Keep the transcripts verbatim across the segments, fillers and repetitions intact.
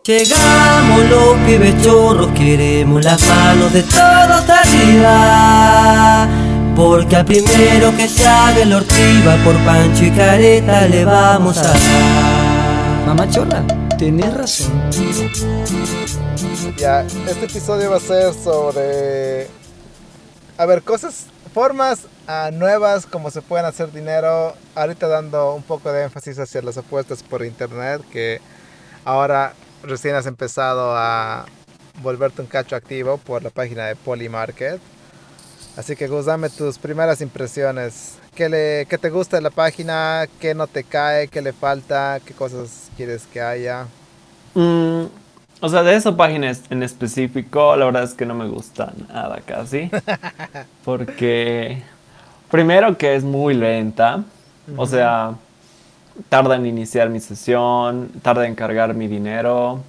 Llegamos los pibes chorros, queremos las manos de todos arriba, porque al primero que se haga el ortiva por Pancho y Careta le vamos a dar. Mamá chorra, tenés razón. Ya, este episodio va a ser sobre, a ver, cosas, formas uh, nuevas como se pueden hacer dinero. Ahorita dando un poco de énfasis hacia las apuestas por internet, que ahora recién has empezado a volverte un cacho activo por la página de Polymarket. Así que Gus, dame tus primeras impresiones. ¿Qué, le, ¿Qué te gusta de la página? ¿Qué no te cae? ¿Qué le falta? ¿Qué cosas quieres que haya? Mm, o sea, de esa página en específico, la verdad es que no me gusta nada casi. Porque, primero que es muy lenta. Uh-huh. O sea, tarda en iniciar mi sesión, tarda en cargar mi dinero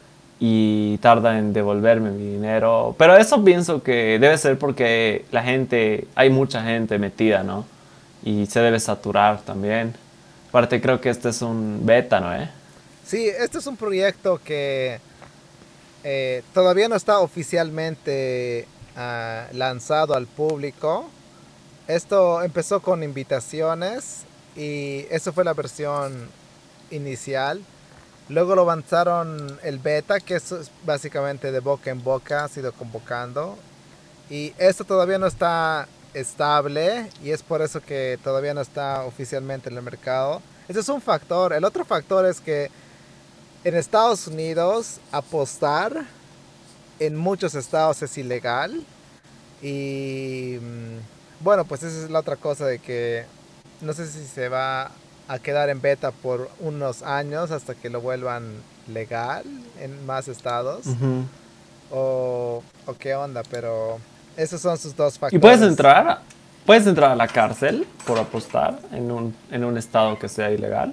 y tarda en devolverme mi dinero. Pero eso pienso que debe ser porque la gente, hay mucha gente metida, ¿no? Y se debe saturar también. Aparte creo que este es un beta, ¿no? ¿Eh? Sí, este es un proyecto que eh, todavía no está oficialmente uh, lanzado al público. Esto empezó con invitaciones y eso fue la versión inicial. Luego lo avanzaron el beta, que es básicamente de boca en boca, ha sido convocando. Y esto todavía no está estable y es por eso que todavía no está oficialmente en el mercado. Ese es un factor. El otro factor es que en Estados Unidos apostar en muchos estados es ilegal. Y bueno, pues esa es la otra cosa de que no sé si se va a quedar en beta por unos años hasta que lo vuelvan legal en más estados. Uh-huh. o, o qué onda, pero esos son sus dos factores. ¿Y puedes entrar, puedes entrar a la cárcel por apostar en un, en un estado que sea ilegal?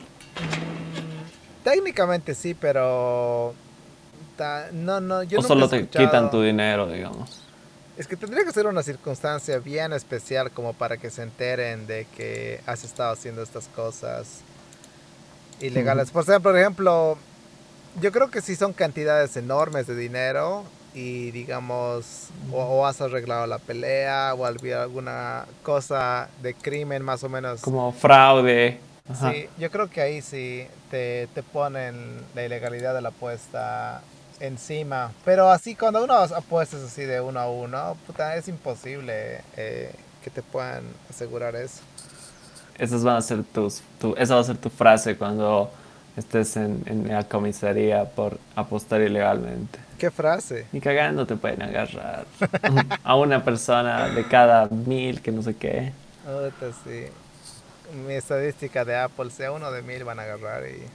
Mm, técnicamente sí, pero ta, no, no, yo o nunca solo he te escuchado... quitan tu dinero, digamos. Es que tendría que ser una circunstancia bien especial como para que se enteren de que has estado haciendo estas cosas ilegales. Uh-huh. Por ejemplo, por ejemplo, yo creo que sí son cantidades enormes de dinero y digamos, uh-huh. o, o has arreglado la pelea o había alguna cosa de crimen más o menos. Como fraude. Ajá. Sí, yo creo que ahí sí te, te ponen la ilegalidad de la apuesta encima, pero así cuando uno apuestas así de uno a uno, puta, es imposible eh, que te puedan asegurar eso. Esas van a ser tus, tu, esa va a ser tu frase cuando estés en, en la comisaría por apostar ilegalmente. ¿Qué frase? Ni cagando te pueden agarrar a una persona de cada mil que no sé qué. Puta, sí. Mi estadística de Apple, sea uno de mil van a agarrar y...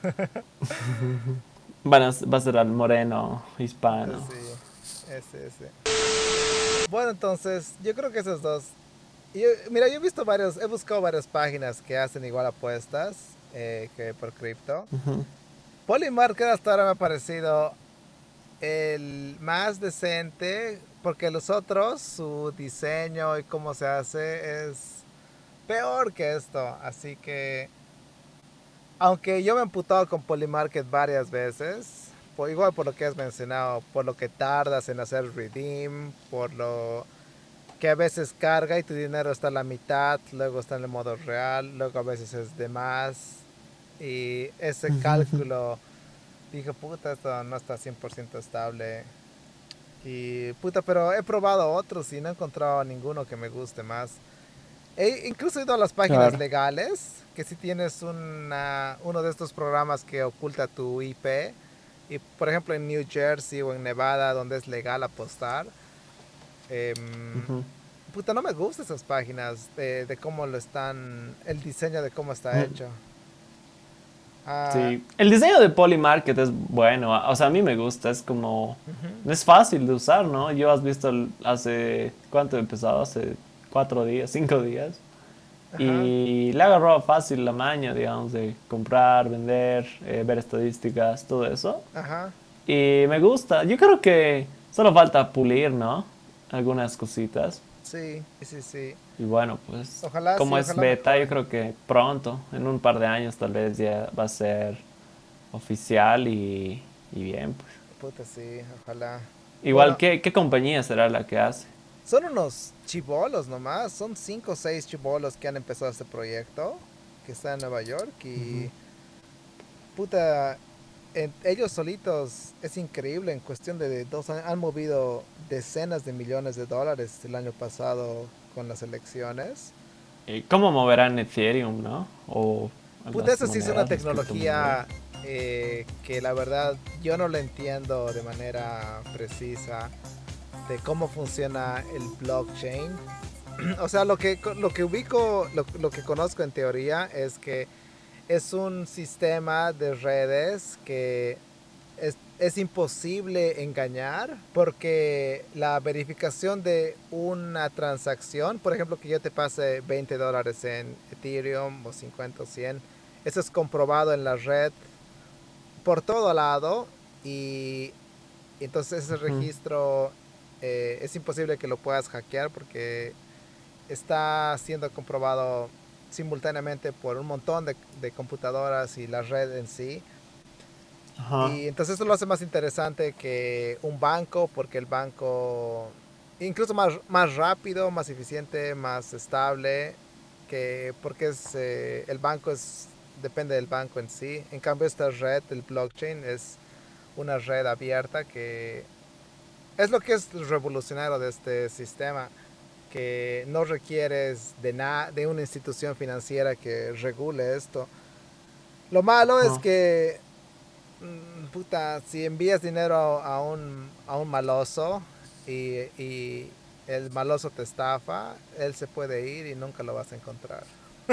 Van a, va a ser al moreno hispano. Sí, ese, ese. Bueno, entonces, yo creo que esos dos. Yo, mira, yo he visto varios, he buscado varias páginas que hacen igual apuestas eh, que por cripto. Uh-huh. Polymarket hasta ahora me ha parecido el más decente, porque los otros, su diseño y cómo se hace es peor que esto. Así que... Aunque yo me he emputado con Polymarket varias veces, por, igual por lo que has mencionado, por lo que tardas en hacer redeem, por lo que a veces carga y tu dinero está a la mitad, luego está en el modo real, luego a veces es de más. Y ese cálculo, dije, puta, esto no está cien por ciento estable. Y puta, pero he probado otros y no he encontrado ninguno que me guste más. He incluso ido a las páginas claro. legales, que si tienes una, uno de estos programas que oculta tu I P, y por ejemplo en New Jersey o en Nevada, donde es legal apostar, eh, uh-huh. puta, no me gustan esas páginas de, de cómo lo están, el diseño de cómo está uh-huh. hecho. Uh, sí, el diseño de Polymarket es bueno, o sea, a mí me gusta, es como, uh-huh. es fácil de usar, ¿no? Yo has visto hace, ¿cuánto he empezado? Hace... cuatro días, cinco días. Ajá. Y le agarró fácil la maña, digamos, de comprar, vender, eh, ver estadísticas, todo eso. Ajá. Y me gusta. Yo creo que solo falta pulir, ¿no? Algunas cositas. Sí, sí, sí. Y bueno, pues, ojalá, como sí, es ojalá beta, mejor. yo creo que pronto, en un par de años tal vez ya va a ser oficial y, y bien, pues. Puta, sí, ojalá. Igual, Bueno, ¿qué, qué compañía será la que hace? son unos chibolos nomás, son cinco o seis chibolos que han empezado este proyecto, que está en Nueva York y Ujú. puta, en- ellos solitos es increíble, en cuestión de dos años han movido decenas de millones de dólares el año pasado con las elecciones. Eh, ¿Cómo moverán Ethereum, no? O Puta, las eso sí es una monedas, las criptomonedas. tecnología eh, que la verdad yo no la entiendo de manera precisa de cómo funciona el blockchain. O sea, lo que, lo que ubico, lo, lo que conozco en teoría es que es un sistema de redes que es, es imposible engañar porque la verificación de una transacción, por ejemplo, que yo te pase veinte dólares en Ethereum o cincuenta o cien, eso es comprobado en la red por todo lado y entonces ese Ujú. registro eh, es imposible que lo puedas hackear porque está siendo comprobado simultáneamente por un montón de, de computadoras y la red en sí. Ajá. Y entonces eso lo hace más interesante que un banco, porque el banco incluso más, más rápido, más eficiente, más estable, que porque es eh, el banco es depende del banco en sí. En cambio esta red, el blockchain, es una red abierta que es lo que es revolucionario de este sistema, que no requieres de, na de una institución financiera que regule esto. Lo malo es Ajá. que, mm, puta, si envías dinero a un, a un maloso y, y el maloso te estafa, él se puede ir y nunca lo vas a encontrar.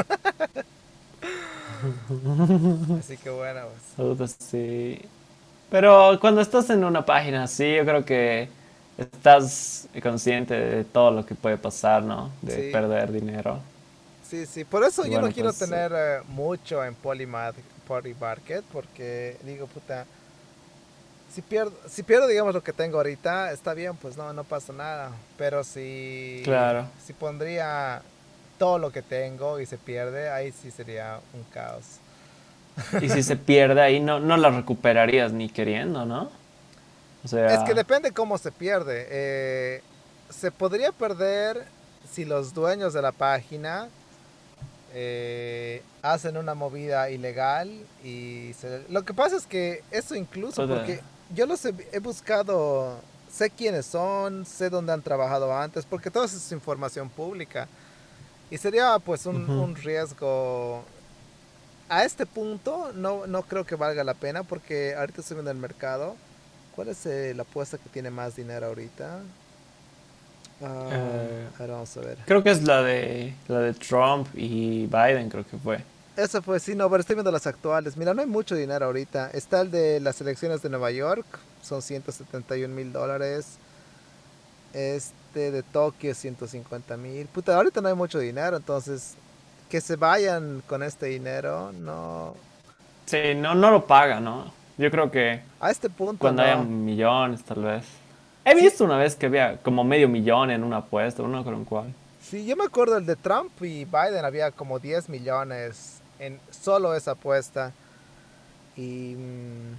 Así que bueno, pues. Puta, sí. Pero cuando estás en una página así, yo creo que estás consciente de todo lo que puede pasar, ¿no? De Sí, perder dinero. sí, sí. Por eso Y yo no bueno, quiero pues, eh, tener eh, mucho en Polymath, Polymarket, porque digo, puta, si pierdo, si pierdo, digamos, lo que tengo ahorita, está bien, pues no, no pasa nada. Pero si, claro. si pondría todo lo que tengo y se pierde, ahí sí sería un caos. Y si se pierde ahí, no, no la recuperarías ni queriendo, ¿no? O Es que sea, depende cómo se pierde. Eh, se podría perder si los dueños de la página eh, hacen una movida ilegal y se- lo que pasa es que eso incluso puta, porque yo los he, he buscado, sé quiénes son, sé dónde han trabajado antes, porque todo eso es información pública y sería pues un, ujú. un riesgo. A este punto no, no creo que valga la pena porque ahorita estoy viendo el mercado. ¿Cuál es eh, la apuesta que tiene más dinero ahorita? Ah, Eh, a ver, vamos a ver. creo que es la de la de Trump y Biden, creo que fue. Eso fue, sí, no, pero estoy viendo las actuales. Mira, no hay mucho dinero ahorita. Está el de las elecciones de Nueva York, son ciento setenta y un mil dólares. Este de Tokio, ciento cincuenta mil. Puta, ahorita no hay mucho dinero, entonces que se vayan con este dinero, no. Sí, no, no lo paga, ¿no? Yo creo que A este punto cuando haya no. millones, tal vez. He Sí, visto una vez que había como medio millón en una apuesta, no creo en cuál. sí, yo me acuerdo el de Trump y Biden había como diez millones en solo esa apuesta. Y. mm,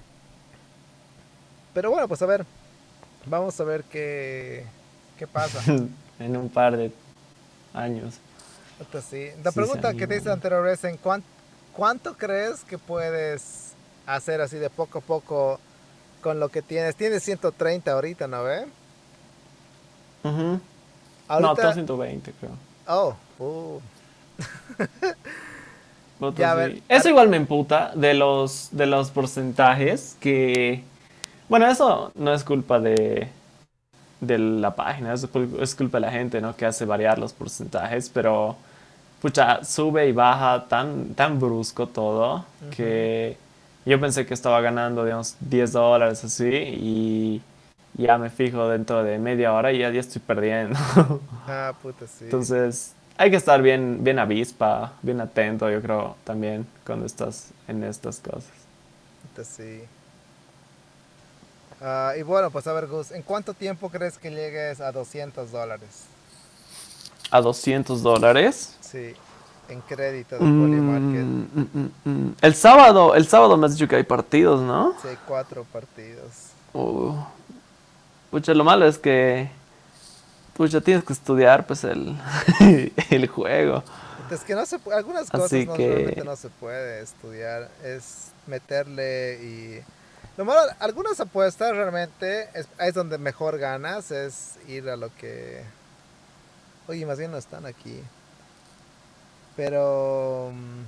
Pero bueno, pues a ver, vamos a ver qué, qué pasa. En un par de años, Entonces, sí. La si se pregunta que te hice animan. anterior es en cuán- cuánto crees que puedes hacer así de poco a poco con lo que tienes. Tienes ciento treinta ahorita, ¿no ve? Ujú. No, tengo Ahorita, ciento veinte, creo. oh, uh, ya Votos a ver, sí. Eso ar- igual me emputa de los, de los porcentajes que... Bueno, eso no es culpa de, de la página, es, cul- es culpa de la gente, ¿no? Que hace variar los porcentajes, pero pucha, sube y baja tan, tan brusco todo ujú. que yo pensé que estaba ganando, digamos, diez dólares así y ya me fijo dentro de media hora y ya, ya estoy perdiendo. Ah, puta, sí. Entonces, hay que estar bien, bien avispa, bien atento, yo creo, también cuando estás en estas cosas. Puta, sí. Ah, y bueno, pues a ver, Gus, ¿en cuánto tiempo crees que llegues a doscientos dólares? ¿A doscientos dólares? Sí. en crédito de Polymarket. Mm, mm, mm, mm. El sábado, el sábado me has dicho que hay partidos, ¿no? Sí, hay cuatro partidos. Uh, pucha, lo malo es que pucha, tienes que estudiar pues el, el juego. Es que no se pu- algunas cosas Así no, que realmente no se puede estudiar, es meterle y... Lo malo, algunas apuestas realmente es, es donde mejor ganas, es ir a lo que... Oye, más bien no están aquí. Pero... mm,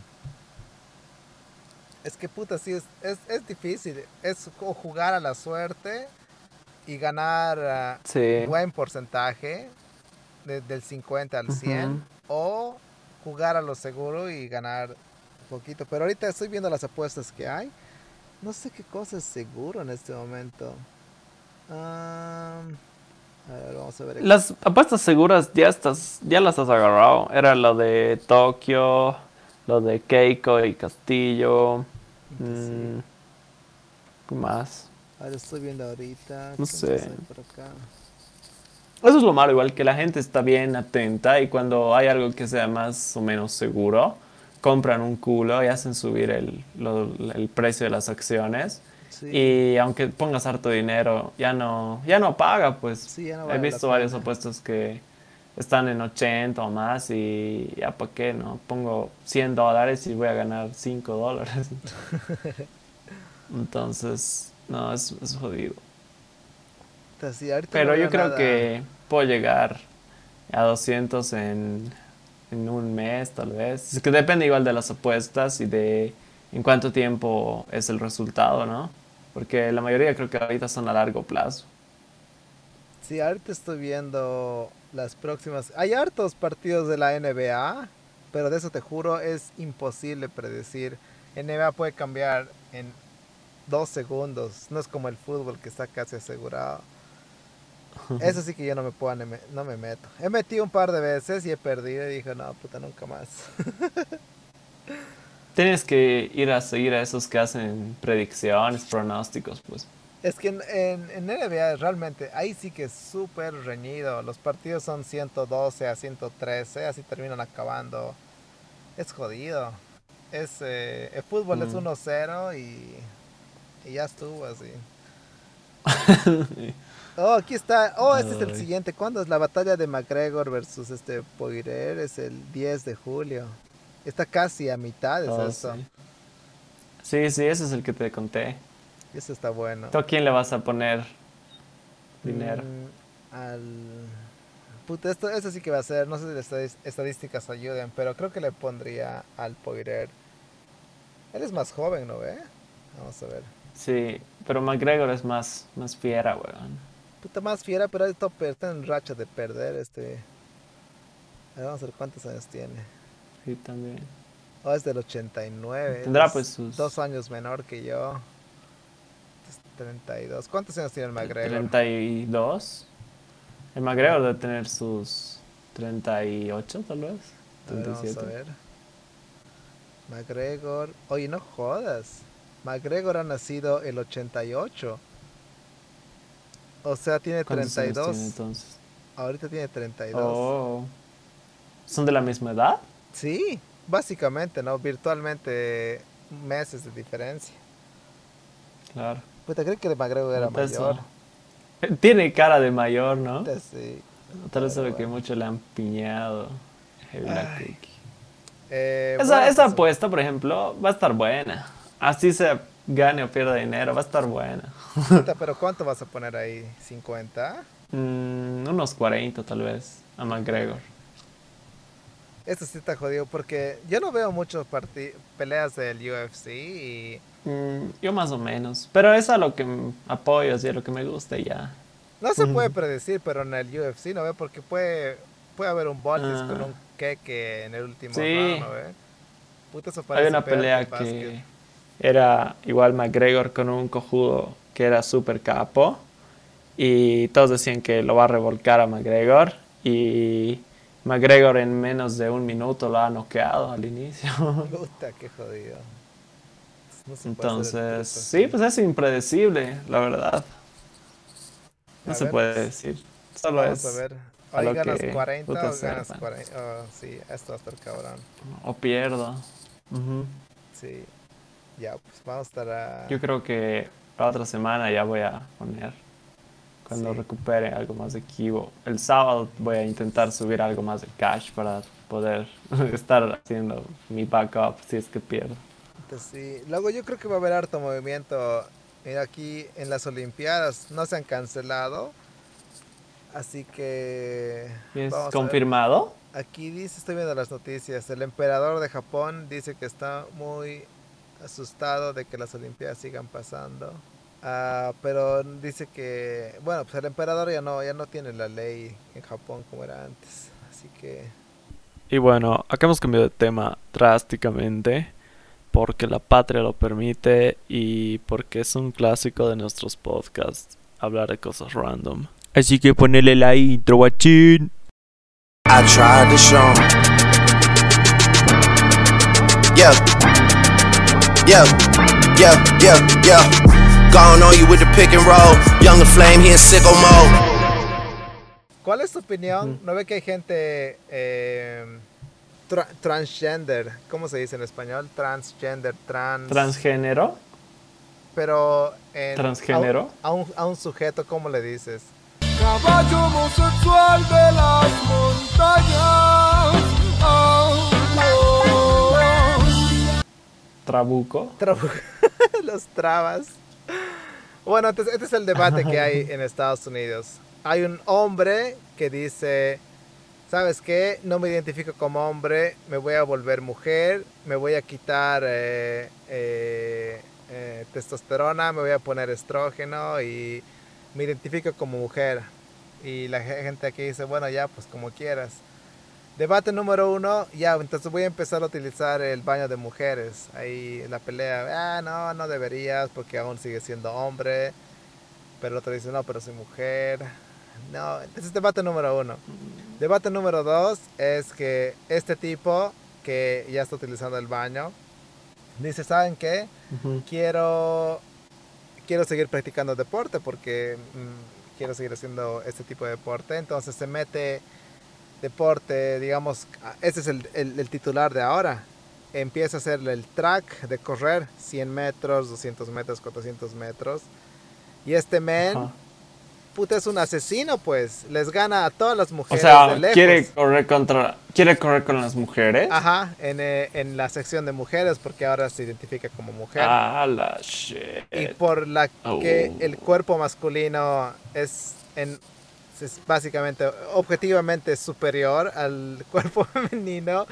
es que puta, sí, es, es, es difícil. Es o jugar a la suerte y ganar ah, sí. buen porcentaje, de- del cincuenta al cien, Ujú. o jugar a lo seguro y ganar poquito. Pero ahorita estoy viendo las apuestas que hay. No sé qué cosa es seguro en este momento. Am, a ver, vamos a ver aquí. Las apuestas seguras ya estás, ya las has agarrado. Era lo de Tokio, lo de Keiko y Castillo. Sí. mm, ¿Qué más? A ver, estoy viendo ahorita. No ¿Qué sé. más hay por acá? Eso es lo malo, igual que la gente está bien atenta y cuando hay algo que sea más o menos seguro, compran un culo y hacen subir el, lo- el precio de las acciones. Sí, Y aunque pongas harto dinero, ya no, ya no paga, pues. sí, ya no He vale la visto varios pena. apuestos que están en ochenta o más y ya para qué, ¿no? Pongo cien dólares y voy a ganar cinco dólares. Entonces, no, es, es jodido. Entonces, sí, ahorita no Pero veo yo creo nada. que puedo llegar a doscientos en, en un mes, tal vez. Es que depende igual de las apuestas y de en cuánto tiempo es el resultado, ¿no? Porque la mayoría creo que ahorita son a largo plazo. Sí, ahorita estoy viendo las próximas. Hay hartos partidos de la N B A, pero de eso te juro es imposible predecir. N B A puede cambiar en dos segundos. No es como el fútbol que está casi asegurado. Eso sí que yo no me puedo, ne- no me meto. He metido un par de veces y he perdido y dije, no, puta, nunca más. Tienes que ir a seguir a esos que hacen predicciones, pronósticos, pues. Es que en, en, en N B A realmente ahí sí que es súper reñido. Los partidos son ciento doce a ciento trece, así terminan acabando. Es jodido. Es, eh, el fútbol es Mm. uno cero y, y ya estuvo así. Oh, aquí está. Oh, este es el Ay. siguiente. ¿Cuándo es la batalla de McGregor versus este Poirier? Es el diez de julio. Está casi a mitad, es Oh, esto. sí. Sí, sí, ese es el que te conté. Eso está bueno. ¿Tú a quién le vas a poner dinero? Mm, al... Puta, esto, esto sí que va a ser, no sé si las estadis- estadísticas ayuden, pero creo que le pondría al Poirier. Él es más joven, ¿no ve? Vamos a ver. Sí, pero McGregor es más, más fiera, weón. Puta, más fiera, pero esto está en racha de perder este... A ver, vamos a ver cuántos años tiene. Sí, también. Oh, es del ochenta y nueve, él Tendrá pues es sus dos años menor que yo. Es treinta y dos. ¿Cuántos años tiene el McGregor? treinta y dos. El McGregor debe tener sus treinta y ocho, tal vez. A ver, treinta y vamos a siete. ver. McGregor. Oye, no jodas. McGregor ha nacido el ochenta y ocho. O sea, tiene ¿Cuántos treinta y años dos. tiene entonces? Ahorita tiene treinta y dos. Oh. ¿Son de la misma edad? Sí, básicamente, ¿no? Virtualmente meses de diferencia. Claro. Puta, creo que el McGregor era Nota mayor. eso. Tiene cara de mayor, ¿no? Puta, sí. Tal vez Pero solo que bueno. mucho le han piñado. Heavy Black Ay. Cookie. Eh, Esa, bueno, esa pues, apuesta, por ejemplo, va a estar buena. Así se gane o pierda dinero, va a estar buena. puta, pero ¿cuánto vas a poner ahí? ¿cincuenta? Mm, unos cuarenta tal vez a McGregor. Esto sí está jodido porque yo no veo muchas peleas del U F C y Mm, yo más o menos. Pero es a lo que m- apoyo, así a lo que me gusta y ya. no se puede Ujú. predecir, pero en el U F C, ¿no ve? Porque puede, puede haber un Voltis con Ah, un queque en el último round, sí, ¿no ve? Puta, eso hay parece una peor que el pelea básquet. que era igual McGregor con un cojudo que era súper capo. Y todos decían que lo va a revolcar a McGregor. Y McGregor en menos de un minuto lo ha noqueado al inicio. Puta, qué jodido. No se puede hacer el Entonces, truco sí, así. pues es impredecible, la verdad. No A se ver, puede decir. Solo vamos a es ver. a Hoy lo ganas que cuarenta puta o ganas sepa. cuarenta. Oh, sí, esto va a estar cabrón. O pierdo. Ujú. Sí. Ya, pues vamos a estar a... Yo creo que la otra semana ya voy a poner, cuando Sí. recupere algo más de Kibo. El sábado voy a intentar subir algo más de cash para poder estar haciendo mi backup si es que pierdo. Entonces, sí. Luego yo creo que va a haber harto movimiento. Mira, aquí en las Olimpiadas no se han cancelado. Así que... ¿Y es Vamos a ver. confirmado? Aquí dice, estoy viendo las noticias, el emperador de Japón dice que está muy asustado de que las Olimpiadas sigan pasando. Ah, pero dice que, bueno, pues el emperador ya no, ya no tiene la ley en Japón como era antes. Así que, Y bueno, acá hemos cambiado de tema drásticamente porque la patria lo permite y porque es un clásico de nuestros podcasts hablar de cosas random. Así que ponele la intro, guachín. I tried to show 'em. Yeah. Yeah. Yeah. Yeah. Yeah. Gone on you with the pick and roll. Younger flame, he in sicko mode. ¿cuál es tu opinión? ¿No ve que hay gente eh, tra- transgender? ¿Cómo se dice en español? Transgender, trans... ¿Transgénero? pero en, ¿Transgénero? A un, a un, a un sujeto, ¿cómo le dices? Caballo homosexual de las montañas. Oh, oh. ¿Trabuco? Trabu- los trabas. Bueno, entonces, este es el debate que hay en Estados Unidos. Hay un hombre que dice, ¿sabes qué? No me identifico como hombre, me voy a volver mujer, me voy a quitar eh, eh, eh, testosterona, me voy a poner estrógeno y me identifico como mujer. Y la gente aquí dice, bueno, ya, pues como quieras. Debate número uno, ya, entonces voy a empezar a utilizar el baño de mujeres. Ahí la pelea, ah, no, no deberías porque aún sigue siendo hombre. Pero el otro dice, no, pero soy mujer. No, ese es debate número uno. Debate número dos es que este tipo que ya está utilizando el baño, dice, ¿saben qué? Ujú. Quiero, quiero seguir practicando deporte porque mm, quiero seguir haciendo este tipo de deporte. Entonces se mete... deporte, digamos, ese es el, el, el titular de ahora. Empieza a hacer el track de correr cien metros, doscientos metros, cuatrocientos metros. Y este man, Ajá. puta, es un asesino, pues. Les gana a todas las O mujeres sea, de lejos. quiere correr contra, quiere correr con las mujeres. Ajá, en, eh, en la sección de mujeres, porque ahora se identifica como mujer. Ah, la shit. Y por la que Oh. el cuerpo masculino es en es básicamente objetivamente superior al cuerpo femenino.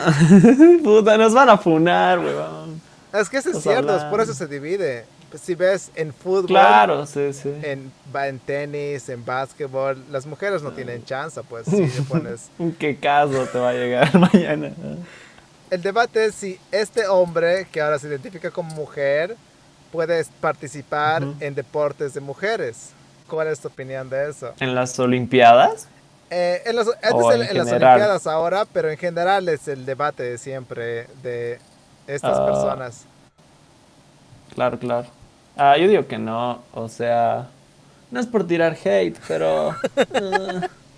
Puta, nos van a funar, weón. Es que eso es Estás cierto, es hablando. por eso se divide. Pues, si ves en fútbol, Claro, sí, sí. en, va- en tenis, en básquetbol, las mujeres no tienen chance, pues si le pones... ¿En qué caso te va a llegar mañana? El debate es si este hombre, que ahora se identifica como mujer, puede participar Ujú. en deportes de mujeres. ¿Cuál es tu opinión de eso? ¿En las Olimpiadas? Eh, en, los, este O es el- en en las general. Olimpiadas ahora, pero en general es el debate de siempre de estas Ah. personas. Claro, claro. Ah, yo digo que no, o sea, no es por tirar hate, pero eh,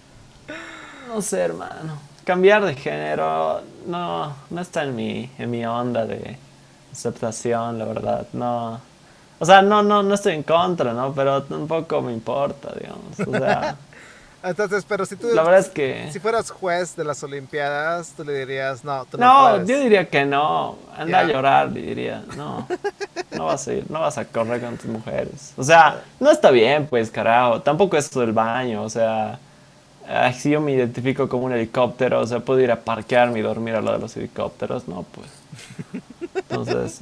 no sé, hermano. Cambiar de género no, no está en mi, en mi onda de aceptación, la verdad. No, o sea, no, no, no estoy en contra, ¿no? Pero tampoco me importa, digamos. O sea, Entonces, pero si tú la verdad es que si fueras juez de las Olimpiadas, tú le dirías, no, tú no, no, puedes. yo diría que no. Anda Ya. a llorar, le diría. No, no vas a ir, no vas a correr con tus mujeres. O sea, no está bien, pues, carajo. Tampoco es eso del baño, o sea, ah, si yo me identifico como un helicóptero, o sea, puedo ir a parquearme y dormir al lado de los helicópteros, no, pues. Entonces,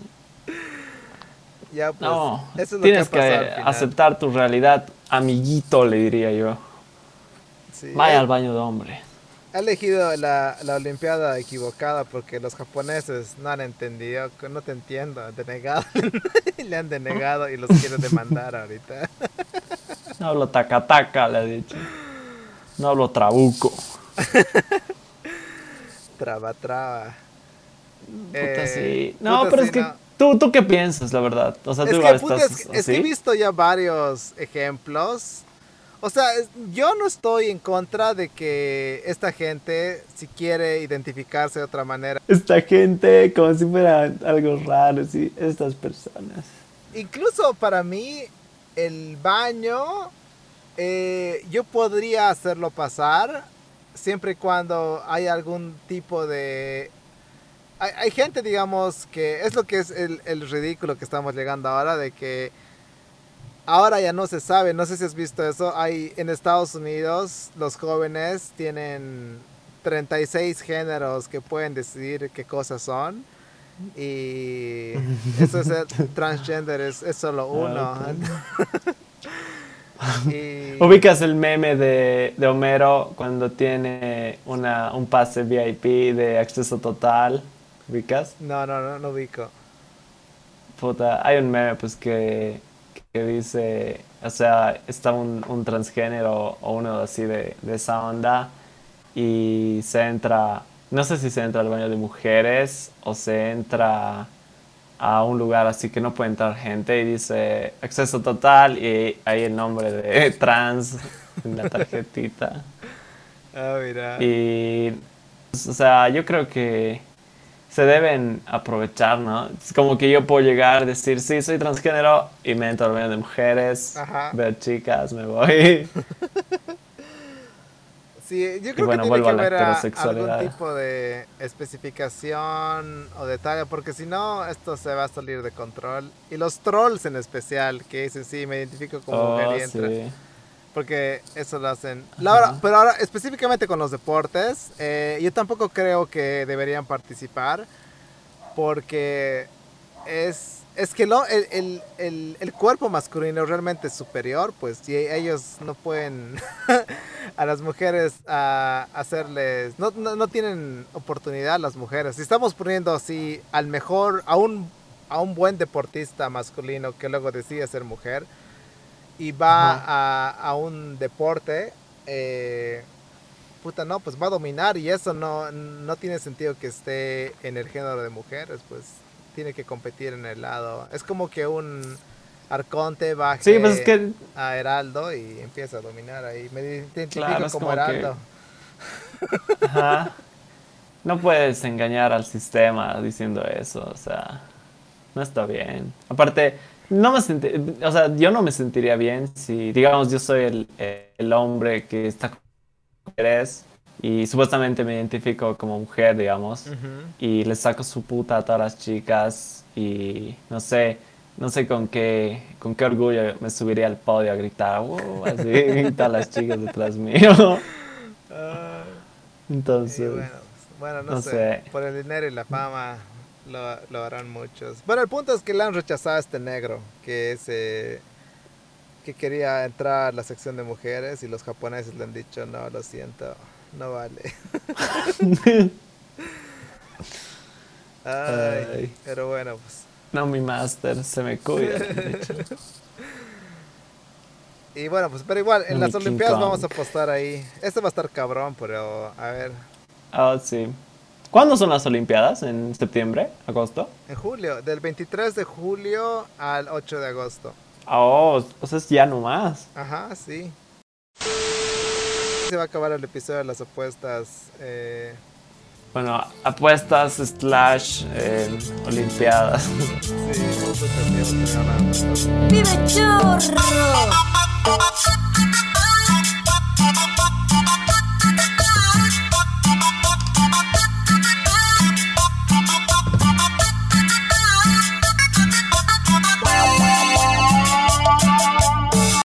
Ya, pues, no, eso es lo tienes que, ha que, pasado al final. aceptar tu realidad, amiguito, le diría yo. Sí, Vaya él al baño de hombre. ha elegido la, la Olimpiada equivocada porque los japoneses no han entendido, que no te entiendo, denegado, le han denegado y los quieren demandar ahorita. No hablo taca-taca, le he dicho. No hablo trabuco. Traba, traba. Puta, Eh, sí. No, puta, pero sí, es que no. ¿tú, ¿tú qué piensas, la verdad? O sea, Es tú que, igual puta, estás es, es que he así. visto ya varios ejemplos. O sea, es- yo no estoy en contra de que esta gente, si quiere identificarse de otra manera, Esta gente como si fuera algo raro, sí, estas personas. incluso para mí, el baño, eh, yo podría hacerlo pasar siempre y cuando hay algún tipo de... Hay, hay gente, digamos, que es lo que es el, el ridículo que estamos llegando ahora, de que ahora ya no se sabe, no sé si has visto eso, hay en Estados Unidos los jóvenes tienen treinta y seis géneros que pueden decidir qué cosas son. Y eso es el transgender, es, es solo uno. Ah, Y- ¿Ubicas el meme de, de Homero cuando tiene una, un pase V I P de acceso total? ¿Ubicas? No, no, no, no ubico. Puta, hay un meme pues que, que dice, o sea, está un, un transgénero o uno así de, de esa onda y se entra, no sé si se entra al baño de mujeres o se entra a un lugar así que no puede entrar gente y dice acceso total y hay el nombre de trans en la tarjetita. Ah, mira. Y, pues, o sea, yo creo que se deben aprovechar, ¿no? Es como que yo puedo llegar, decir, sí, soy transgénero y me entro al baño de mujeres, Ajá. ver chicas, me voy. Sí, yo creo bueno, que tiene vuelvo que a la haber a- heterosexualidad. algún tipo de especificación o detalle, porque si no, esto se va a salir de control. Y los trolls en especial, que dicen, sí, me identifico como Oh, mujer y entra. sí. Porque eso lo hacen. La hora- pero ahora, específicamente con los deportes, eh, yo tampoco creo que deberían participar. Porque es, es que lo, el, el, el, el cuerpo masculino realmente es superior, pues, y ellos no pueden a las mujeres a hacerles. No, no, no tienen oportunidad las mujeres. Si estamos poniendo así al mejor, a un, a un buen deportista masculino que luego decide ser mujer y va a, a un deporte, eh, puta, no, pues va a dominar y eso no, no tiene sentido que esté en el género de mujeres, pues tiene que competir en el lado. Es como que un Arconte baje Sí, pues es que, a Heraldo y empieza a dominar ahí. Me identifico Claro, es como, como que- Heraldo. ajá, no puedes engañar al sistema diciendo eso, o sea, no está bien. Aparte, no me senti- o sea, yo no me sentiría bien si, digamos, yo soy el, el hombre que está con mujeres y supuestamente me identifico como mujer, digamos, Ujú. y le saco su puta a todas las chicas y no sé, no sé con qué, con qué orgullo me subiría al podio a gritar, "Wow", así, y todas las chicas detrás mío. Ah, y Entonces, bueno, pues, bueno, no, no sé. sé. Por el dinero y la fama lo, lo harán muchos. Bueno, el punto es que le han rechazado a este negro, que es eh, que quería entrar a la sección de mujeres y los japoneses le han dicho, no, lo siento, no vale. Ay, Ay. pero bueno, pues. no, mi máster, se me cuida. le han dicho. Y bueno, pues, pero igual, en Mi las King Olimpiadas vamos a Kong. apostar ahí. Este va a estar cabrón, pero a ver, Ah, sí. ¿Cuándo son las Olimpiadas? ¿En septiembre? ¿Agosto? en julio, del veintitrés de julio al ocho de agosto. Oh, o sea, es ya nomás. Ajá, sí. Se va a acabar el episodio de las apuestas. Eh, Bueno, apuestas slash eh, Olimpiadas. sí, nosotros teníamos que ganar. ¡Vive chorro!